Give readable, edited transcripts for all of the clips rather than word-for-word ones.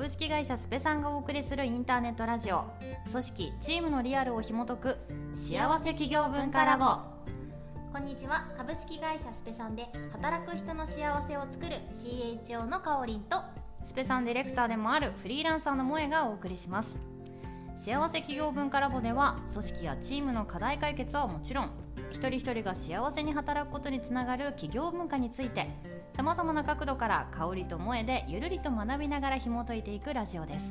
株式会社スペさんがお送りするインターネットラジオ、組織チームのリアルを紐解く幸せ企業文化ラボ。 こんにちは。株式会社スペさんで働く人の幸せを作る CHO のかおりんと、 スペさんディレクターでもあるフリーランサーの萌がお送りします。幸せ企業文化ラボでは、組織やチームの課題解決はもちろん、一人一人が幸せに働くことにつながる企業文化について、さまざまな角度から香りと萌でゆるりと学びながら紐解いていくラジオです。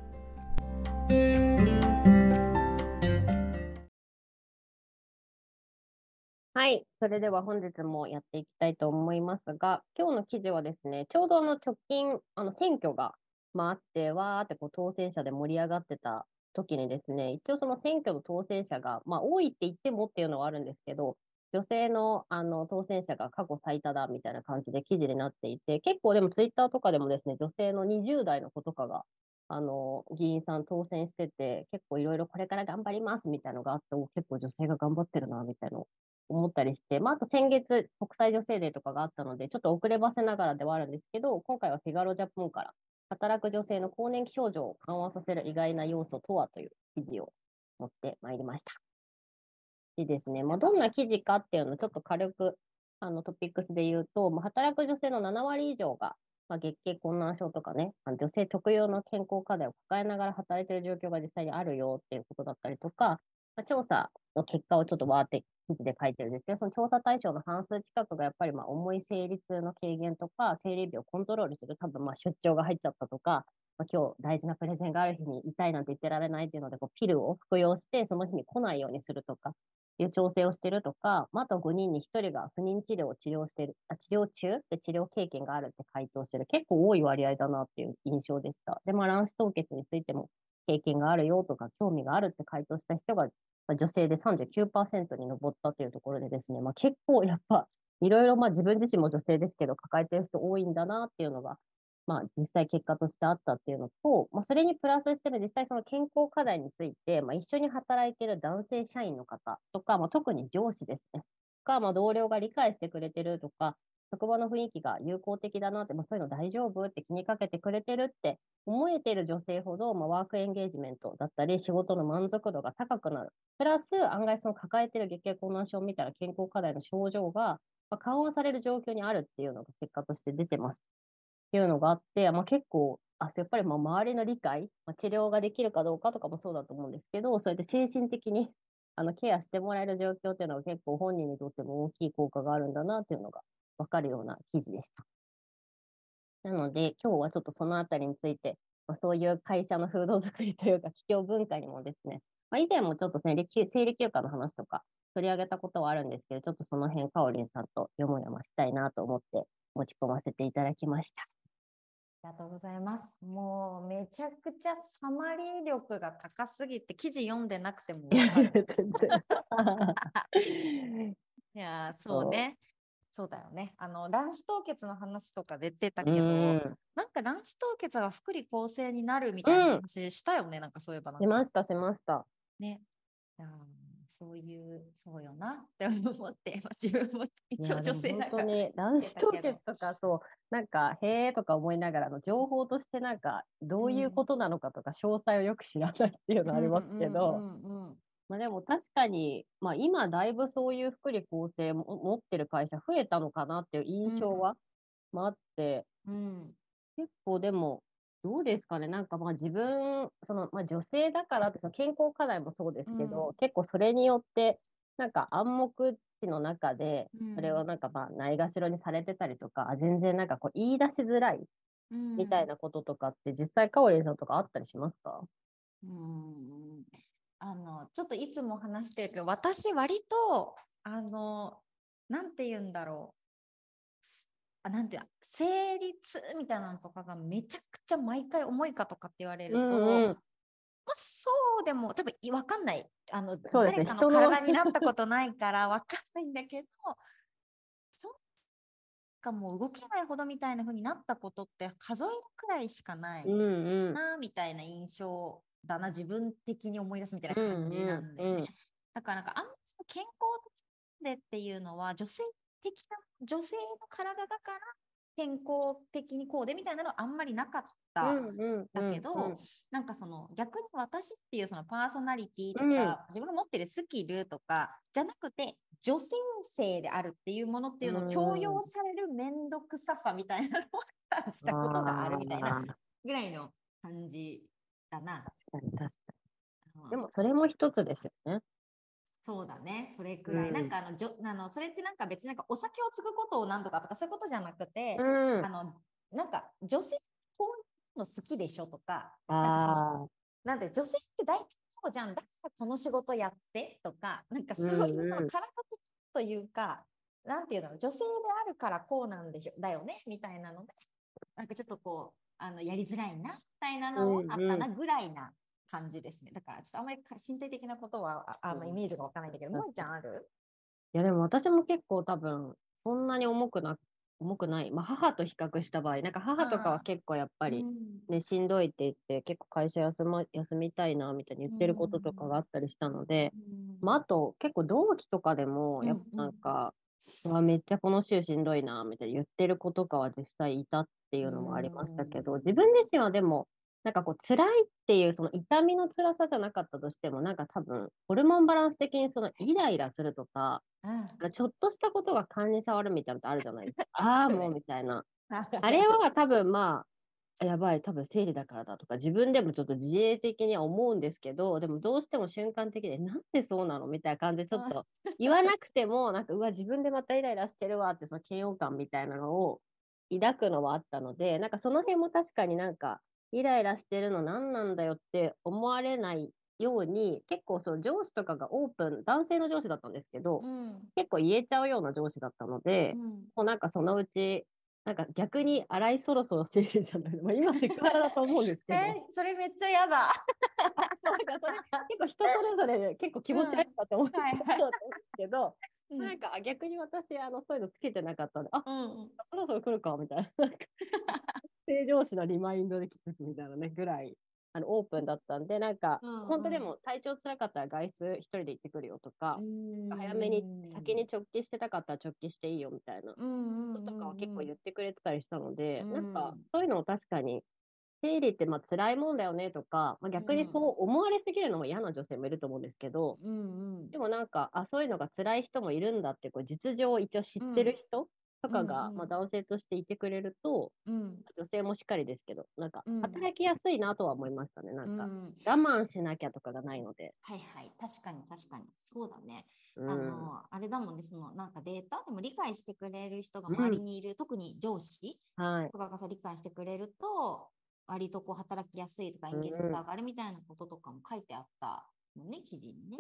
はい、それでは本日もやっていきたいと思いますが、今日の記事はですね、ちょうど直近選挙が、あってわーって当選者で盛り上がってた時にですね、一応その選挙の当選者が、多いって言ってもっていうのはあるんですけど、女性の当選者が過去最多だみたいな感じで記事になっていて、結構でもツイッターとかでもですね、女性の20代の子とかが議員さん当選してて、結構いろいろこれから頑張りますみたいなのがあって、結構女性が頑張ってるなみたいな思ったりして、あと先月国際女性デーとかがあったので、ちょっと遅ればせながらではあるんですけど、今回はフィガロジャポンから働く女性の更年期症状を緩和させる意外な要素とはという記事を持ってまいりました。でですね、どんな記事かっていうのをちょっと軽くトピックスで言うと、働く女性の7割以上が、月経困難症とかね、女性特有の健康課題を抱えながら働いている状況が実際にあるよっていうことだったりとか、調査の結果をちょっとわーって記事で書いてるんですけど、その調査対象の半数近くがやっぱり重い生理痛の軽減とか、生理日をコントロールする、多分出張が入っちゃったとか、今日大事なプレゼンがある日に痛いなんて言ってられないっていうので、ピルを服用してその日に来ないようにするとか、いう調整をしてるとか、あと5人に1人が不妊治療を治療してる、治療中で治療経験があるって回答してる、結構多い割合だなっていう印象でした。で、卵子凍結についても経験があるよとか、興味があるって回答した人が、女性で39% に上ったというところでですね、結構やっぱ、いろいろ自分自身も女性ですけど、抱えてる人多いんだなっていうのが、実際結果としてあったっていうのと、それにプラスして実際その健康課題について、一緒に働いている男性社員の方とか、特に上司ですね。同僚が理解してくれてるとか、職場の雰囲気が友好的だなって、そういうの大丈夫って気にかけてくれてるって思えている女性ほど、ワークエンゲージメントだったり、仕事の満足度が高くなる。プラス、案外その抱えている月経困難症みたいな健康課題の症状が、緩和される状況にあるっていうのが結果として出てます。っていうのがあって、結構、やっぱり周りの理解、治療ができるかどうかとかもそうだと思うんですけど、それで精神的にケアしてもらえる状況っていうのは結構本人にとっても大きい効果があるんだなっていうのが分かるような記事でした。なので、今日はちょっとそのあたりについて、そういう会社の風土作りというか、企業文化にもですね、以前もちょっと生理休暇の話とか取り上げたことはあるんですけど、ちょっとその辺、かおりんさんとよもやましたいなと思って持ち込ませていただきました。 ありがとうございます。もうめちゃくちゃサマリー力が高すぎて、記事読んでなくても分かる。いや、そうね。そうだよね。卵子凍結の話とか出てたけど、なんか卵子凍結が福利厚生になるみたいな話したよね。なんかそういえばなんか。 しました。 ね。そうよなって思って、自分も一応女性だから。 本当に卵子凍結とか、なんか、へーとか思いながら情報としてなんか、どういうことなのかとか、詳細をよく知らないっていうのありますけど、でも確かに、今だいぶそういう福利厚生も持ってる会社増えたのかなっていう印象は、あって、結構でも、どうですかね、なんか自分、女性だからってその健康課題もそうですけど、結構それによって、なんか暗黙知の中で、それをなんかないがしろにされてたりとか、全然なんか言い出しづらいみたいなこととかって、実際かおりんさんとかあったりしますか？ ちょっといつも話してるけど、私割となんて言うんだろう、なんていう生理痛みたいなのとかがめちゃくちゃ毎回重いかとかって言われると、そうでも多分分かんない。誰かの体になったことないから分かんないんだけど、そうかもう動けないほどみたいな風になったことって数えるくらいしかないなみたいな印象だな、自分的に思い出すみたいな感じなんだよね。だからなんかあんまり健康でっていうのは女性の体だから健康的にこうでみたいなのはあんまりなかっただけど、なんかその逆に私っていうそのパーソナリティとか、自分が持ってるスキルとかじゃなくて女性性であるっていうものっていうのを強要されるめんどくささみたいなのを感じたことがあるみたいなぐらいの感じだな。 確かに確かに。でもそれも一つですよね。 そうだね、それくらい。なんかそれってなんか別になんかお酒を継ぐことを何とかとかそういうことじゃなくて、なんか女性こういうの好きでしょとか、なんで女性って大体そうじゃん、だからこの仕事やってとか、なんかそういうその体的というか、なんていうの、女性であるからこうなんでしょだよねみたいなので、なんかちょっとこうやりづらいなみたいなのはあったなぐらいな感じですね。だからちょっとあんまり身体的なことはイメージがわからないんだけど、もえちゃんある？ いやでも私も結構多分そんなに重くない。まあ母と比較した場合、なんか母とかは結構やっぱりね、しんどいって言って結構会社休みたいなみたいに言ってることとかがあったりしたので、まああと結構同期とかでもやっぱなんか、めっちゃこの週しんどいなみたいに言ってる子とかは実際いたっていうのもありましたけど、自分自身はでもなんかこう辛いっていうその痛みの辛さじゃなかったとしても、なんか多分ホルモンバランス的にそのイライラするとか、ちょっとしたことが勘に触るみたいなのってあるじゃないですか。ああ、もうみたいな。あれは多分まあ、やばい、多分生理だからだとか、自分でもちょっと自衛的には思うんですけど、でもどうしても瞬間的で、なんでそうなのみたいな感じで、ちょっと言わなくても、なんか、うわ、自分でまたイライラしてるわって、その嫌悪感みたいなのを抱くのはあったので、なんかその辺も確かになんか、イライラしてるの何なんだよって思われないように、結構その上司とかがオープン、男性の上司だったんですけど、結構言えちゃうような上司だったので、もうなんかそのうち、なんか逆に洗いそろそろ生理じゃない、まあ、今セクハラだと思うんですけど。 それめっちゃ嫌だ。 なんかそれ結構人それぞれ結構気持ち悪いなと思ってたんですけど、なんか逆に私そういうのつけてなかったんで、そろそろ来るかみたいな。正常詞のリマインドで来てみたいなねぐらいオープンだったんで、なんか、本当でも体調つらかったら外出一人で行ってくるよとか、早めに先に直帰してたかったら直帰していいよみたいなこととかは結構言ってくれてたりしたので、なんかそういうのを確かに生理ってまあ辛いもんだよねとか、まあ、逆にそう思われすぎるのも嫌な女性もいると思うんですけど、でもなんかそういうのが辛い人もいるんだってこう実情を一応知ってる人とかが、まあ、男性としていてくれると、女性もしっかりですけど、なんか働きやすいなとは思いましたね。なんか我慢しなきゃとかがないので。 はいはい、確かに確かにそうだね。あれだもんね、そのなんかデータでも理解してくれる人が周りにいる、特に上司とかがそう理解してくれると、割とこう働きやすいとか、エンゲージメント上がるみたいなこととかも書いてあったのね、記事にね。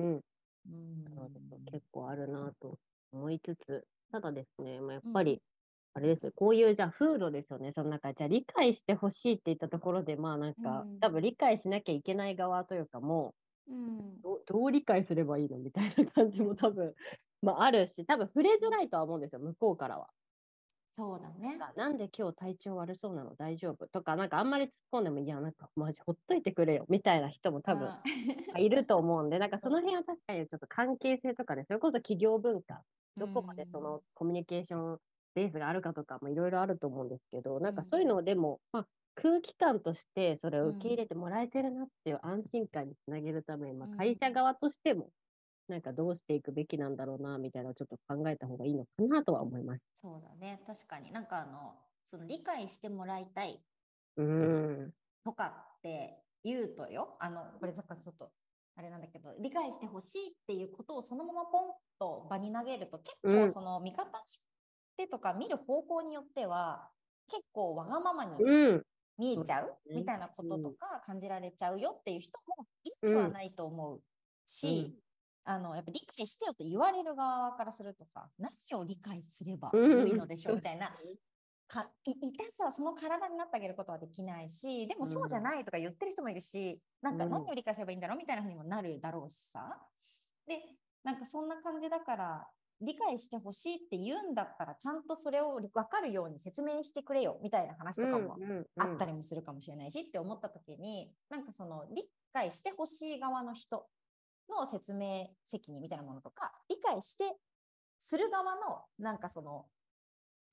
結構あるなと思いつつ、ただですね、まあ、やっぱり、あれですよ、こういうじゃあ風土ですよね、その中、じゃあ理解してほしいって言ったところで、まあなんか、多分理解しなきゃいけない側というかもどう理解すればいいのみたいな感じも多分、まああるし、多分触れづらいとは思うんですよ、向こうからは。 そうだね。 なんで今日体調悪そうなの大丈夫とか、なんかあんまり突っ込んでも、いや、なんかマジほっといてくれよみたいな人も多分いると思うんで、なんかその辺は確かにちょっと関係性とかね、それこそ企業文化、どこまでそのコミュニケーションベースがあるかとかもいろいろあると思うんですけど、なんかそういうのをでも、まあ、空気感としてそれを受け入れてもらえてるなっていう安心感につなげるために、まあ、会社側としても、なんかどうしていくべきなんだろうなみたいなのをちょっと考えた方がいいのかなとは思います。 そうだね、確かになんかその理解してもらいたいとかって言うとよ、これなんかちょっとあれなんだけど、理解してほしいっていうことをそのままポンと場に投げると、結構その見方によってとか見る方向によっては結構わがままに見えちゃうみたいなこととか感じられちゃうよっていう人もいなくはないと思うし、やっぱ理解してよって言われる側からするとさ、何を理解すれば良いのでしょうみたいな、痛さはその体になってあげることはできないし、でもそうじゃないとか言ってる人もいるし、なんか何を理解すればいいんだろうみたいなふうにもなるだろうしさ。で、なんかそんな感じだから、理解してほしいって言うんだったら、ちゃんとそれを分かるように説明してくれよみたいな話とかもあったりもするかもしれないしって思った時に、なんかその理解してほしい側の人の説明責任みたいなものとか、理解してする側のなんかその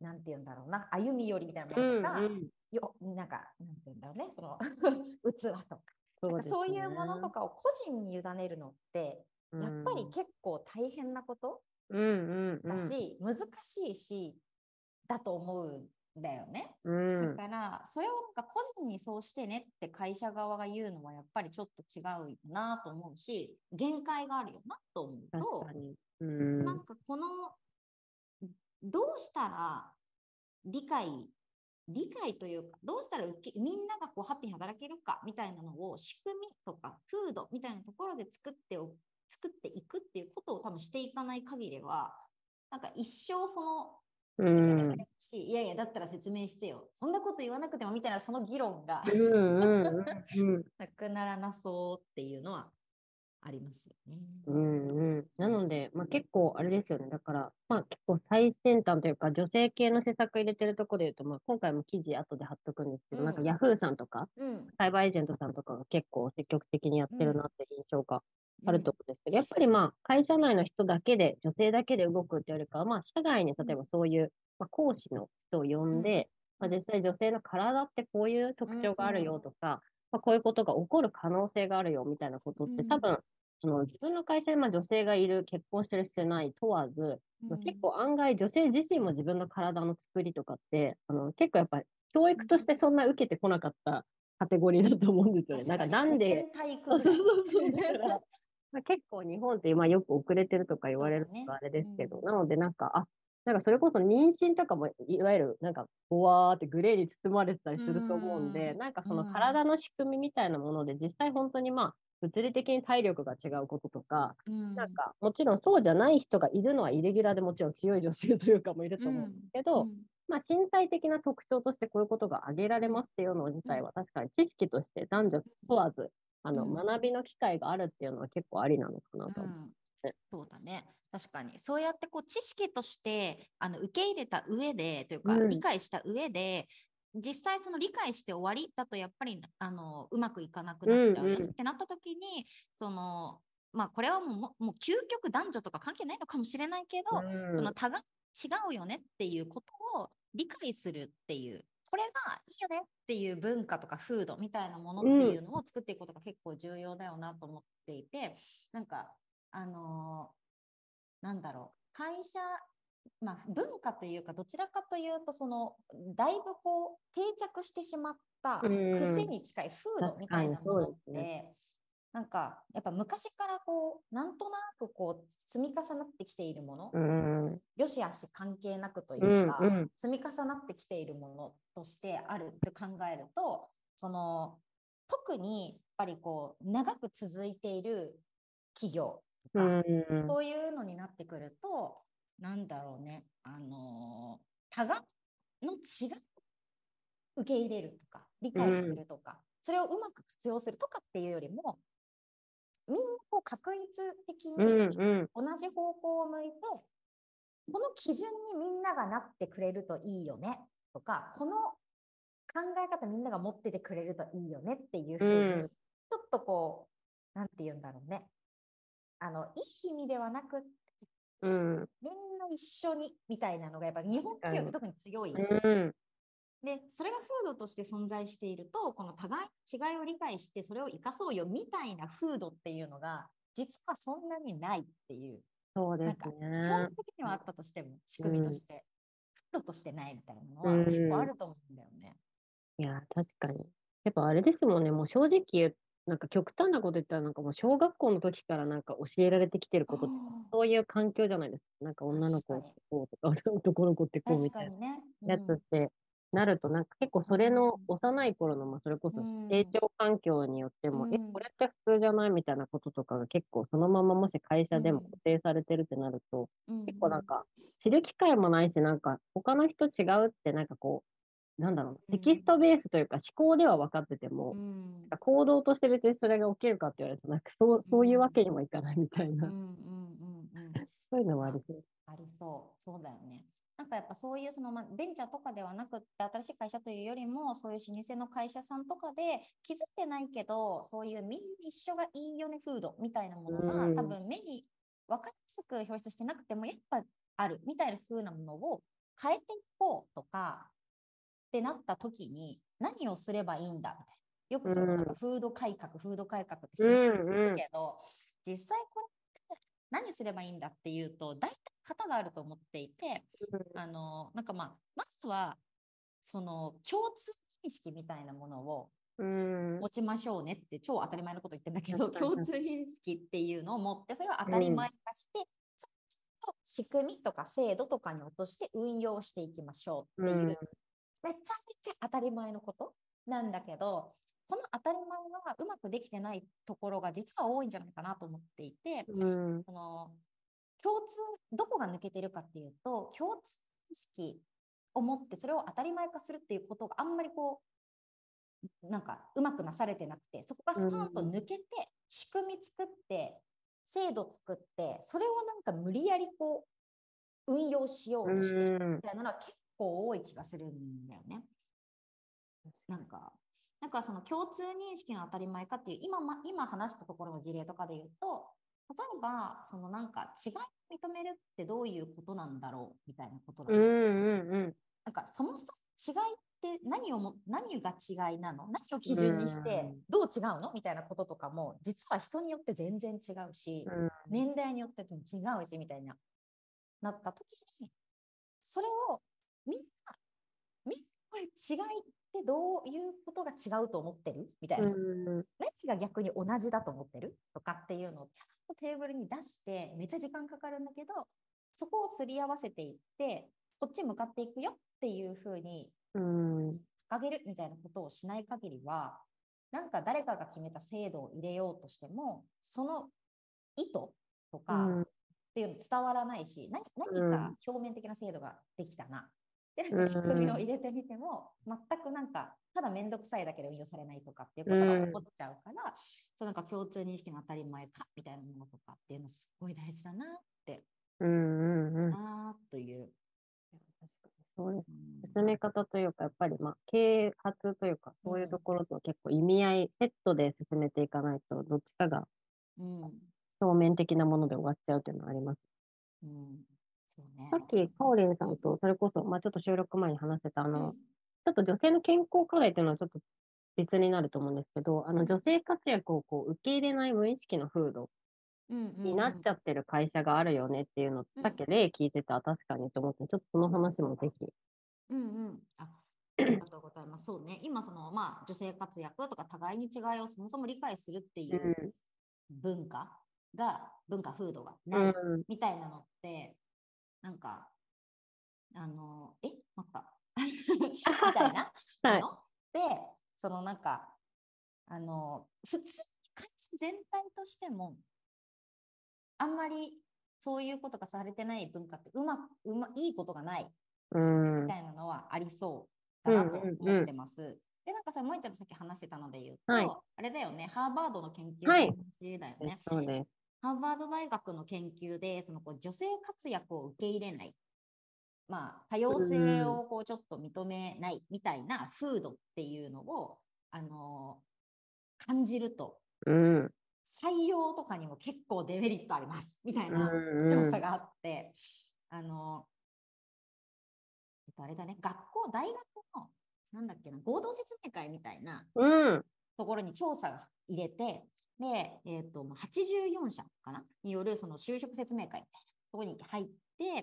なんて言うんだろうな、歩み寄りみたいなものとか、なんか、なんて言うんだろうね、その器とか、そういうものとかを個人に委ねるのって、やっぱり結構大変なことだし、難しいし、だと思うんだよね。だからそれをなんか個人にそうしてねって会社側が言うのはやっぱりちょっと違うなと思うし、限界があるよなと思うと、なんかこのどうしたら理解というか、どうしたらみんながこうハッピーに働けるかみたいなのを仕組みとか風土みたいなところで作っていくっていうことを多分していかない限りは、なんか一生そのいやいやだったら説明してよ、そんなこと言わなくてもみたいなその議論がなくならなそうっていうのはありますよね。 なので、結構あれですよね。だから、結構最先端というか、女性系の施策入れてるところで言うと、今回も記事後で貼っとくんですけど、なんかヤフーさんとか、サイバーエージェントさんとかが結構積極的にやってるなって印象があるところですけど、やっぱり会社内の人だけで、女性だけで動くっていうよりかは、社外に例えばそういう、講師の人を呼んで、実際女性の体ってこういう特徴があるよとか、こういうことが起こる可能性があるよみたいなことって多分、自分の会社に女性がいる、結婚してるしてない問わず、結構案外女性自身も自分の体の作りとかって、結構やっぱり教育としてそんな受けてこなかったカテゴリーだと思うんですよね。なんで、結構日本ってよく遅れてるとか言われるのがあれですけど、なのでなんかそれこそ妊娠とかもいわゆるなんかボワーってグレーに包まれてたりすると思うんで、なんかその体の仕組みみたいなもので実際本当に物理的に体力が違うこととか、なんかもちろんそうじゃない人がいるのはイレギュラーでもちろん強い女性というかもいると思うんですけど、身体的な特徴としてこういうことが挙げられますっていうの自体は確かに知識として男女問わず学びの機会があるっていうのは結構ありなのかなと思って。 そうだね。確かにそうやってこう知識として受け入れた上でというか、理解した上で実際その理解して終わりだとやっぱりうまくいかなくなっちゃうよねってなった時に、そのこれはもう究極男女とか関係ないのかもしれないけど、その違うよねっていうことを理解するっていう、これがいいよねっていう文化とか風土みたいなものっていうのを作っていくことが結構重要だよなと思っていて、なんかなんだろう、会社、文化というかどちらかというとそのだいぶこう定着してしまった癖に近い風土みたいなものって、なんかやっぱ昔からこうなんとなくこう積み重なってきているもの、よしあし関係なくというか、積み重なってきているものとしてあるって考えると、その特にやっぱりこう長く続いている企業とか、そういうのになってくると、なんだろうね、多がの違い受け入れるとか理解するとか、それをうまく活用するとかっていうよりも、みんなこう確率的に同じ方向を向いて、この基準にみんながなってくれるといいよねとか、この考え方みんなが持っててくれるといいよねっていうふうに、ちょっとこうなんて言うんだろうね、いい意味ではなく、みんな一緒にみたいなのがやっぱ日本企業って特に強い。で、それが風土として存在していると、この互いの違いを理解してそれを生かそうよみたいな風土っていうのが実はそんなにないっていう。 そうですね。 なんか表的にはあったとしても仕組みとして、風土としてないみたいなのは結構あると思うんだよね。 いや、確かに。やっぱあれですもんね、もう正直なんか極端なこと言ったら、なんかもう小学校の時からなんか教えられてきてることって、そういう環境じゃないですか。なんか女の子ってこうとか、男の子ってこうみたいなやつってなると、なんか結構それの幼い頃の、それこそ成長環境によっても、これって普通じゃないみたいなこととかが結構そのままもし会社でも固定されてるってなると、結構なんか知る機会もないし、なんか他の人違うってなんかこう、なんだろう、テキストベースというか思考では分かってても、行動として別にそれが起きるかって言われると、なんかそういうわけにもいかないみたいな、そういうのもありそう。 ありそう。そうだよね。なんかやっぱそういうその、ベンチャーとかではなくって新しい会社というよりも、そういう老舗の会社さんとかで気づいてないけど、そういうみんな一緒がいいよね風土みたいなものが、多分目に分かりやすく表出してなくてもやっぱあるみたいな風なものを変えていこうとかってなった時に何をすればいいんだみたいな。よくそのなんかフード改革って信じてるけど、実際これって何すればいいんだっていうと大体型があると思っていて、なんかまずはその共通認識みたいなものを持ちましょうねって超当たり前のこと言ってるんだけど、共通認識っていうのを持ってそれを当たり前化して、仕組みとか制度とかに落として運用していきましょうっていう、めちゃめちゃ当たり前のことなんだけど、この当たり前がうまくできてないところが実は多いんじゃないかなと思っていて、共通どこが抜けてるかっていうと、共通意識を持ってそれを当たり前化するっていうことがあんまりこうなんかうまくなされてなくて、そこがスパンと抜けて仕組み作って制度作ってそれをなんか無理やりこう運用しようとしてるみたいなのは結構多い気がするんだよね。なんかその共通認識の当たり前かっていう今話したところの事例とかで言うと、例えばそのなんか違いを認めるってどういうことなんだろうみたいなことだ、なんかそもそも違いって何が違いなの、何を基準にしてどう違うのみたいなこととかも実は人によって全然違うし、年代によっても違うしみたいななった時に、それをみんなこれ違いってどういうことが違うと思ってるみたいな、何が逆に同じだと思ってるとかっていうのをちゃんとテーブルに出してめっちゃ時間かかるんだけど、そこをすり合わせていってこっち向かっていくよっていう風に掲げるみたいなことをしない限りは、なんか誰かが決めた制度を入れようとしてもその意図とかっていうの伝わらないし、何か表面的な制度ができたなで仕組みを入れてみても全くなんかただ面倒くさいだけで運用されないとかっていうことが起こっちゃうから、そうなんか共通認識の当たり前かみたいなものとかっていうのすごい大事だなってなという。 そうです。進め方というか、やっぱり啓発というか、そういうところと結構意味合い、セットで進めていかないと、どっちかが表面的なもので終わっちゃうというのはあります。 そうね、 さっき、かおりんさんと、それこそ、ちょっと収録前に話してた、ちょっと女性の健康課題っていうのはちょっと別になると思うんですけど、女性活躍をこう受け入れない無意識の風土になっちゃってる会社があるよねっていうの、さっき例聞いてたら確かにと思って、ちょっとその話もぜひ。 ありがとうございます。そうね、今その、女性活躍とか互いに違いをそもそも理解するっていう文化風土がないみたいなのって、なんか待ったみたいなもの、で、そのなんか普通に会社全体としてもあんまりそういうことがされてない文化っていいことがないみたいなのはありそうだなと思ってます。で、なんかさ、萌ちゃんとさっき話してたので言うと、あれだよね、ハーバードの研究の話だよね。 そうです。 ハーバード大学の研究で、その女性活躍を受け入れない、多様性をこうちょっと認めないみたいな風土っていうのを、感じると、採用とかにも結構デメリットありますみたいな調査があって、あれだね、大学のなんだっけな、合同説明会みたいなところに調査が入れて、で、84社かなによるその就職説明会みたいなところに入って、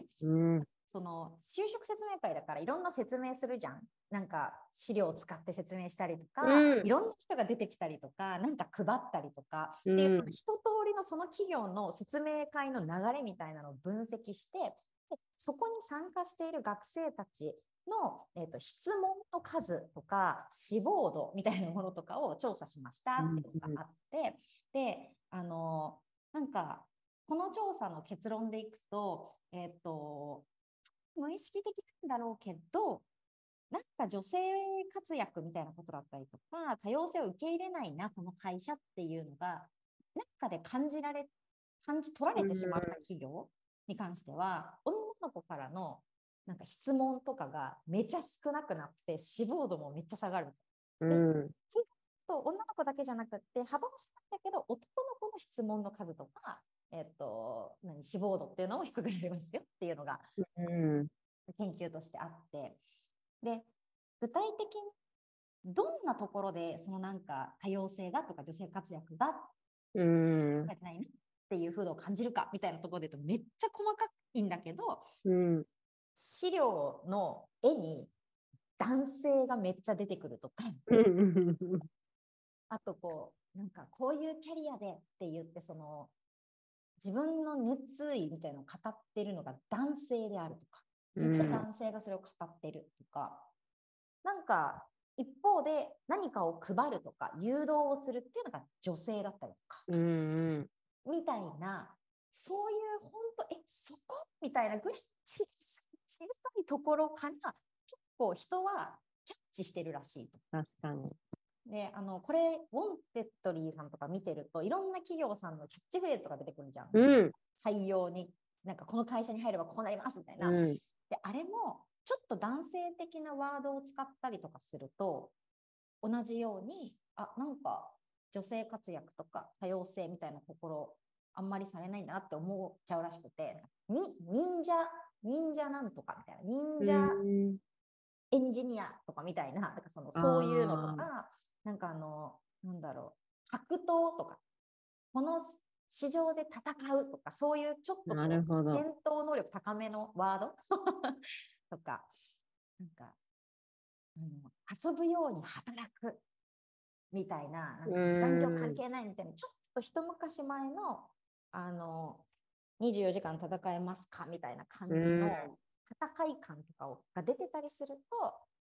その就職説明会だからいろんな説明するじゃん。なんか資料を使って説明したりとか、いろんな人が出てきたりとか、なんか配ったりとか、っていう一通りのその企業の説明会の流れみたいなのを分析して、でそこに参加している学生たちの、質問の数とか志望度みたいなものとかを調査しましたっていうのがあって、で、なんかこの調査の結論でいくと、無意識的なんだろうけど、なんか女性活躍みたいなことだったりとか、多様性を受け入れないな、この会社っていうのが、なんかで感じ取られてしまった企業に関しては、女の子からのなんか質問とかがめちゃ少なくなって、志望度もめっちゃ下がる。そうと女の子だけじゃなくて、幅も狭いんだけど、男の子の質問の数とか、志望度っていうのも低くなりますよっていうのが研究としてあって、で具体的にどんなところでそのなんか多様性がとか女性活躍がやってないなっていう風土を感じるかみたいなところで言うとめっちゃ細かいんだけど、資料の絵に男性がめっちゃ出てくるとかあとこうなんかこういうキャリアでって言ってその自分の熱意みたいなのを語ってるのが男性であるとか、ずっと男性がそれを語ってるとか、なんか一方で何かを配るとか誘導をするっていうのが女性だったりとか、みたいな、そういう本当そこみたいなぐらい小さいところから結構人はキャッチしてるらしいと。 確かに。 でこれウォンテッドリーさんとか見てるといろんな企業さんのキャッチフレーズとか出てくるじゃん、採用になんかこの会社に入ればこうなりますみたいな、であれもちょっと男性的なワードを使ったりとかすると同じようになんか女性活躍とか多様性みたいなところあんまりされないんだなって思っちゃうらしくて、忍者なんとかみたいな、忍者エンジニアとかみたいな、なんかそういうのとか、なんかなんだろう、格闘とか、この市場で戦うとか、そういうちょっと戦闘能力高めのワードとか、なんか、遊ぶように働くみたいな、なんか残業関係ないみたいな、ちょっと一昔前の、24時間戦えますかみたいな感じの戦い感とかが出てたりすると、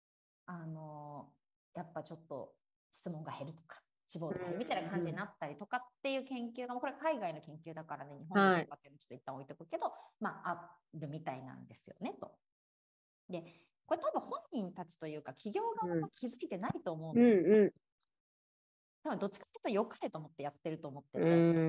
やっぱちょっと質問が減るとか志望が減るみたいな感じになったりとかっていう研究が、これ海外の研究だからね、日本でどうかっていうのをちょっと一旦置いておくけど、あるみたいなんですよねと。でこれ多分本人たちというか企業側も気づいてないと思うの、多分どっちかっていうと良かれと思ってやってると思ってて、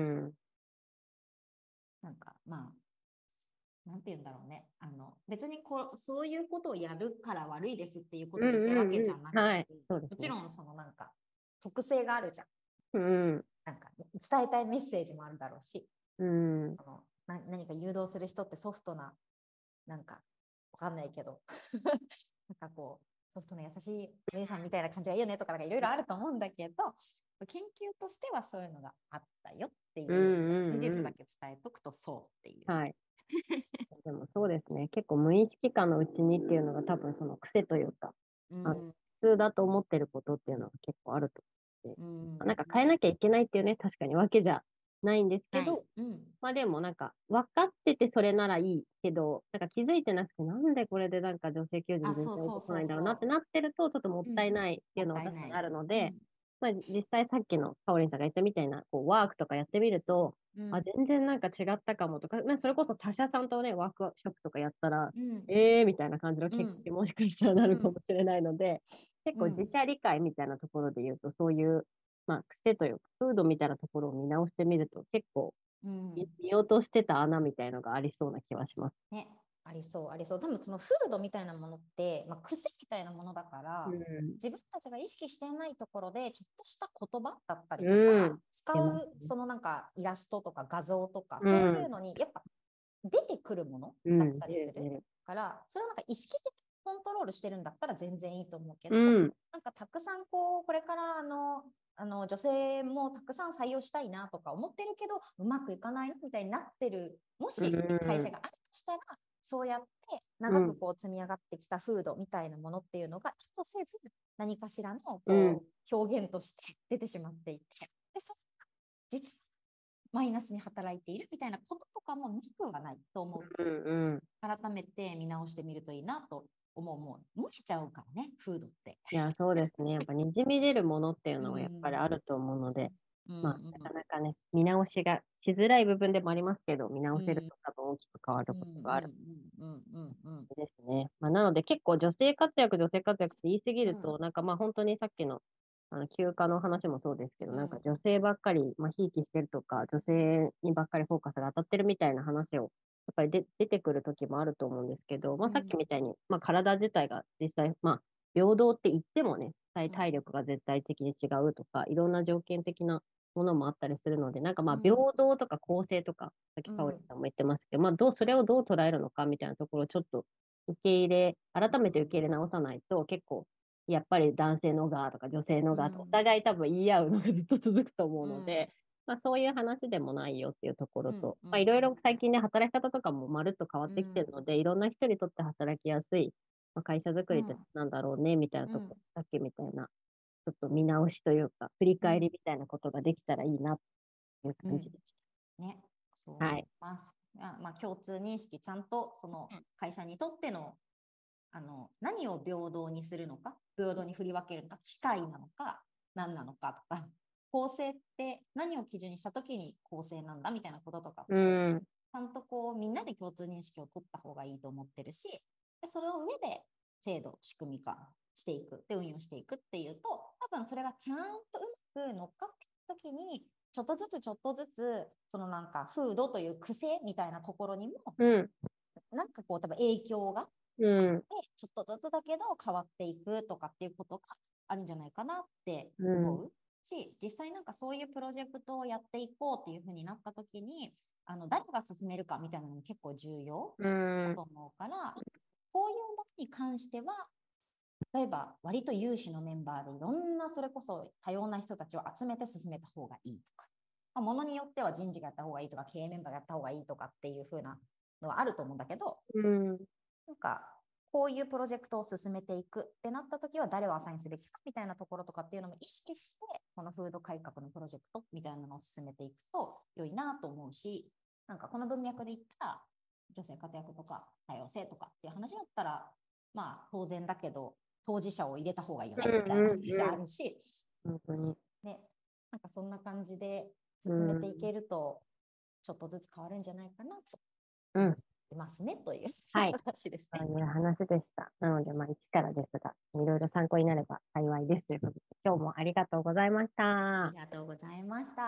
なんかなんて言うんだろうね、別にそういうことをやるから悪いですっていうことを言ってるわけじゃなくて、もちろんそのなんか特性があるじゃん、なんか伝えたいメッセージもあるだろうし、何か誘導する人ってソフトな、なんかわかんないけどなんかこうソフトの優しいお姉さんみたいな感じがいいよねとかいろいろあると思うんだけど、研究としてはそういうのがあったよっていう事実だけ伝えとくとそうっていう。 でもそうですね、結構無意識化のうちにっていうのが多分その癖というか、普通だと思ってることっていうのが結構あると思って、なんか変えなきゃいけないっていうね、確かにわけじゃないんですけど、でもなんか分かっててそれならいいけど、なんか気づいてなくてなんでこれでなんか女性求人全然出てこないんだろうなってなってるとちょっともったいないっていうのは確かにあるので、実際さっきのかおりんさんが言ったみたいなこうワークとかやってみると、全然なんか違ったかもとか、それこそ他社さんとねワークショップとかやったら、みたいな感じの結果にもしかしたらなるかもしれないので、結構自社理解みたいなところで言うとそういう癖というか風土みたいなところを見直してみると結構見落としてた穴みたいのがありそうな気はしますね。ありそうありそう。多分その風土みたいなものって、癖みたいなものだから、自分たちが意識していないところでちょっとした言葉だったりとか、使うそのなんかイラストとか画像とか、そういうのにやっぱ出てくるものだったりするから、それをなんか意識的にコントロールしてるんだったら全然いいと思うけど、なんかたくさんこれから女性もたくさん採用したいなとか思ってるけどうまくいかないみたいになってる、もし会社があるとしたら、そうやって長く積み上がってきた風土みたいなものっていうのが意図せず何かしらの表現として出てしまっていて、でそれが実はマイナスに働いているみたいなこととかもなくはないと思う。改めて見直してみるといいなと思う。もう漏れちゃうからね、フードって。 いや、そうですね。やっぱにじみ出るものっていうのはやっぱりあると思うので、なかなかね、見直しがしづらい部分でもありますけど、見直せると多分大きく変わることがある。ですね。なので結構女性活躍って言い過ぎると、なんか本当にさっきの休暇の話もそうですけど、なんか女性ばっかり、ひいきしてるとか、女性にばっかりフォーカスが当たってるみたいな話を、やっぱり出てくる時もあると思うんですけど、さっきみたいに、体自体が実際、平等って言ってもね、体力が絶対的に違うとか、いろんな条件的なものもあったりするので、なんか平等とか公正とか、さっきかおりさんも言ってますけど、それをどう捉えるのかみたいなところをちょっと改めて受け入れ直さないと結構、やっぱり男性の側とか女性の側とか、お互い多分言い合うのがずっと続くと思うので、そういう話でもないよっていうところと、いろいろ最近ね、働き方とかもまるっと変わってきてるので、いろんな人にとって働きやすい、会社づくりってなんだろうね、みたいなところ、さっきみたいな、ちょっと見直しというか、振り返りみたいなことができたらいいなっていう感じでした。 ね、そう思います。共通認識、ちゃんとその会社にとっての、何を平等にするのか、平等に振り分けるのか、機械なのか、何なのかとか、公正って何を基準にしたときに公正なんだみたいなこととかって、ちゃんとこうみんなで共通認識を取った方がいいと思ってるし、でその上で制度、仕組み化していく、で運用していくっていうと、多分それがちゃんとうまく乗っかっていくときに、ちょっとずつ、そのなんか風土という癖みたいなところにも、なんかこう多分影響があって、ちょっとずつだけど変わっていくとかっていうことがあるんじゃないかなって思うし、実際なんかそういうプロジェクトをやっていこうっていうふうになった時に、誰が進めるかみたいなのも結構重要だと思うから、こういうものに関しては、例えば割と有志のメンバーでいろんなそれこそ多様な人たちを集めて進めた方がいいとか、ものによっては人事がやった方がいいとか経営メンバーがやった方がいいとかっていう風なのはあると思うんだけど、なんかこういうプロジェクトを進めていくってなった時は誰をアサインすべきかみたいなところとかっていうのも意識して、この風土改革のプロジェクトみたいなのを進めていくと良いなと思うし、なんかこの文脈で言ったら女性活躍とか多様性とかっていう話だったら、当然だけど当事者を入れた方がいいよねみたいな話あるし、ね、なんかそんな感じで進めていけるとちょっとずつ変わるんじゃないかなと思いますね、という話ですね。 そういう話でした。なので、一からですが、いろいろ参考になれば幸いですということで、今日もありがとうございました。 ありがとうございました。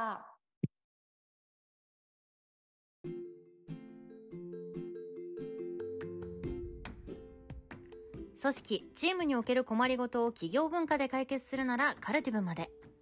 組織・チームにおける困りごとを企業文化で解決するならカルティブまで。